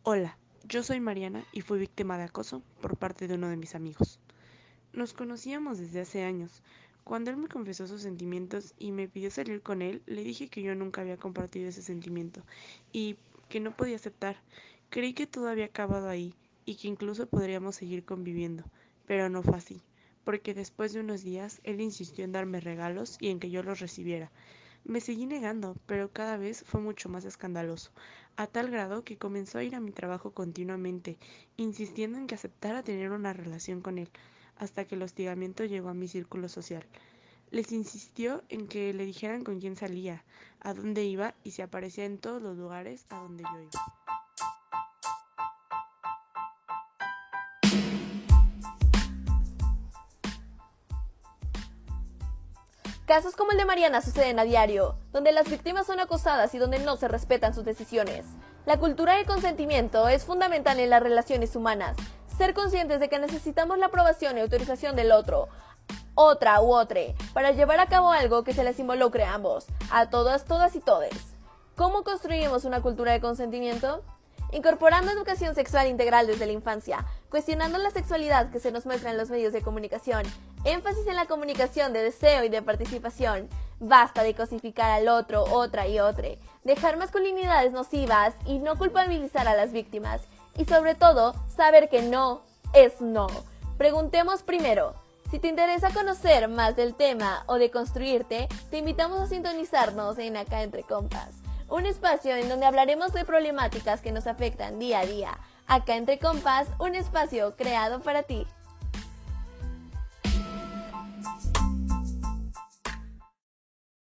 Hola, yo soy Mariana y fui víctima de acoso por parte de uno de mis amigos. Nos conocíamos desde hace años. Cuando él me confesó sus sentimientos y me pidió salir con él, le dije que yo nunca había compartido ese sentimiento y que no podía aceptar. Creí que todo había acabado ahí y que incluso podríamos seguir conviviendo, pero no fue así, porque después de unos días él insistió en darme regalos y en que yo los recibiera. Me seguí negando, pero cada vez fue mucho más escandaloso, a tal grado que comenzó a ir a mi trabajo continuamente, insistiendo en que aceptara tener una relación con él, hasta que el hostigamiento llegó a mi círculo social. Les insistió en que le dijeran con quién salía, a dónde iba y se aparecía en todos los lugares a donde yo iba. Casos como el de Mariana suceden a diario, donde las víctimas son acosadas y donde no se respetan sus decisiones. La cultura del consentimiento es fundamental en las relaciones humanas. Ser conscientes de que necesitamos la aprobación y autorización del otro, otra u otre, para llevar a cabo algo que se les involucre a ambos, a todas, todas y todes. ¿Cómo construimos una cultura de consentimiento? Incorporando educación sexual integral desde la infancia, cuestionando la sexualidad que se nos muestra en los medios de comunicación, énfasis en la comunicación de deseo y de participación, basta de cosificar al otro, otra y otre, dejar masculinidades nocivas y no culpabilizar a las víctimas, y sobre todo, saber que no es no. Preguntemos primero. Si te interesa conocer más del tema o de construirte, te invitamos a sintonizarnos en Acá Entre Compas, un espacio en donde hablaremos de problemáticas que nos afectan día a día. Acá Entre Compas, un espacio creado para ti.